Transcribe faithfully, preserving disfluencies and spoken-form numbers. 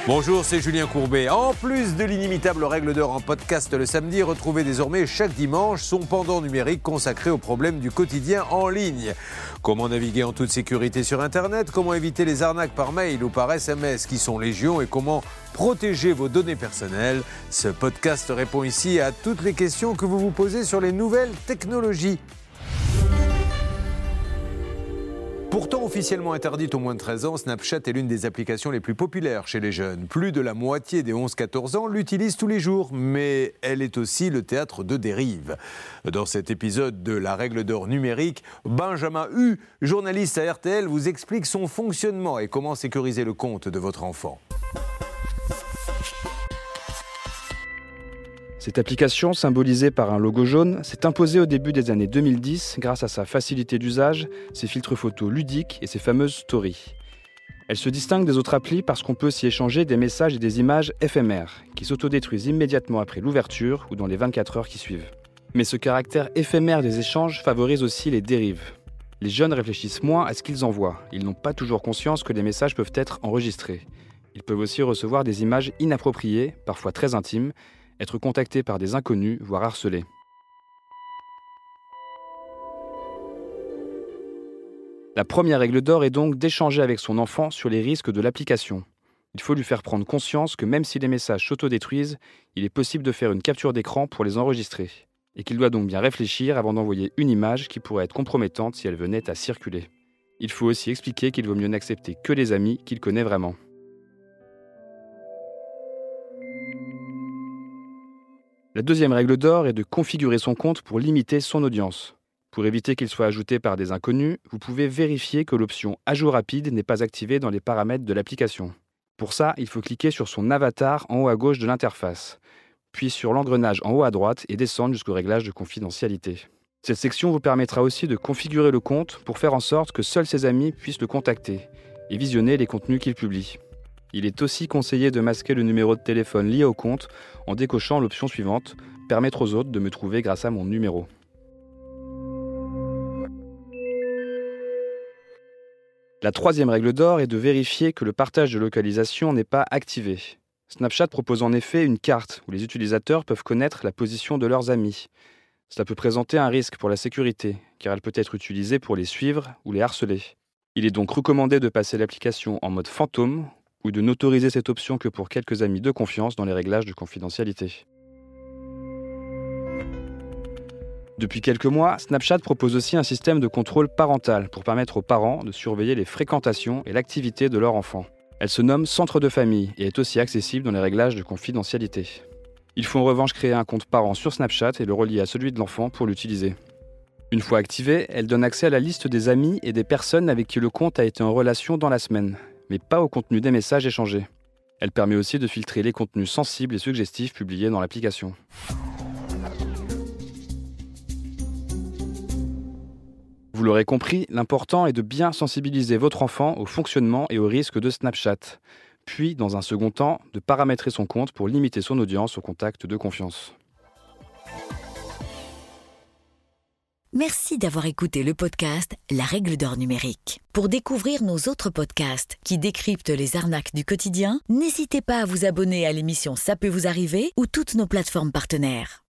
Bonjour, c'est Julien Courbet. En plus de l'inimitable Règle d'or en podcast le samedi, retrouvez désormais chaque dimanche son pendant numérique consacré aux problèmes du quotidien en ligne. Comment naviguer en toute sécurité sur Internet, comment éviter les arnaques par mail ou par S M S qui sont légion et comment protéger vos données personnelles. Ce podcast répond ici à toutes les questions que vous vous posez sur les nouvelles technologies. Pourtant officiellement interdite aux moins de treize ans, Snapchat est l'une des applications les plus populaires chez les jeunes. Plus de la moitié des onze quatorze ans l'utilisent tous les jours, mais elle est aussi le théâtre de dérives. Dans cet épisode de La Règle d'or numérique, Benjamin Hu, journaliste à R T L, vous explique son fonctionnement et comment sécuriser le compte de votre enfant. Cette application, symbolisée par un logo jaune, s'est imposée au début des années deux mille dix grâce à sa facilité d'usage, ses filtres photos ludiques et ses fameuses stories. Elle se distingue des autres applis parce qu'on peut s'y échanger des messages et des images éphémères, qui s'autodétruisent immédiatement après l'ouverture ou dans les vingt-quatre heures qui suivent. Mais ce caractère éphémère des échanges favorise aussi les dérives. Les jeunes réfléchissent moins à ce qu'ils envoient. Ils n'ont pas toujours conscience que les messages peuvent être enregistrés. Ils peuvent aussi recevoir des images inappropriées, parfois très intimes, être contacté par des inconnus, voire harcelé. La première règle d'or est donc d'échanger avec son enfant sur les risques de l'application. Il faut lui faire prendre conscience que même si les messages s'autodétruisent, il est possible de faire une capture d'écran pour les enregistrer, et qu'il doit donc bien réfléchir avant d'envoyer une image qui pourrait être compromettante si elle venait à circuler. Il faut aussi expliquer qu'il vaut mieux n'accepter que les amis qu'il connaît vraiment. La deuxième règle d'or est de configurer son compte pour limiter son audience. Pour éviter qu'il soit ajouté par des inconnus, vous pouvez vérifier que l'option « Ajout rapide » n'est pas activée dans les paramètres de l'application. Pour ça, il faut cliquer sur son avatar en haut à gauche de l'interface, puis sur l'engrenage en haut à droite et descendre jusqu'au réglage de confidentialité. Cette section vous permettra aussi de configurer le compte pour faire en sorte que seuls ses amis puissent le contacter et visionner les contenus qu'il publie. Il est aussi conseillé de masquer le numéro de téléphone lié au compte en décochant l'option suivante « Permettre aux autres de me trouver grâce à mon numéro ». La troisième règle d'or est de vérifier que le partage de localisation n'est pas activé. Snapchat propose en effet une carte où les utilisateurs peuvent connaître la position de leurs amis. Cela peut présenter un risque pour la sécurité, car elle peut être utilisée pour les suivre ou les harceler. Il est donc recommandé de passer l'application en mode fantôme ou de n'autoriser cette option que pour quelques amis de confiance dans les réglages de confidentialité. Depuis quelques mois, Snapchat propose aussi un système de contrôle parental pour permettre aux parents de surveiller les fréquentations et l'activité de leur enfant. Elle se nomme Centre de famille et est aussi accessible dans les réglages de confidentialité. Il faut en revanche créer un compte parent sur Snapchat et le relier à celui de l'enfant pour l'utiliser. Une fois activée, elle donne accès à la liste des amis et des personnes avec qui le compte a été en relation dans la semaine, mais pas au contenu des messages échangés. Elle permet aussi de filtrer les contenus sensibles et suggestifs publiés dans l'application. Vous l'aurez compris, l'important est de bien sensibiliser votre enfant au fonctionnement et aux risques de Snapchat, puis, dans un second temps, de paramétrer son compte pour limiter son audience aux contacts de confiance. Merci d'avoir écouté le podcast La Règle d'or numérique. Pour découvrir nos autres podcasts qui décryptent les arnaques du quotidien, n'hésitez pas à vous abonner à l'émission Ça peut vous arriver ou toutes nos plateformes partenaires.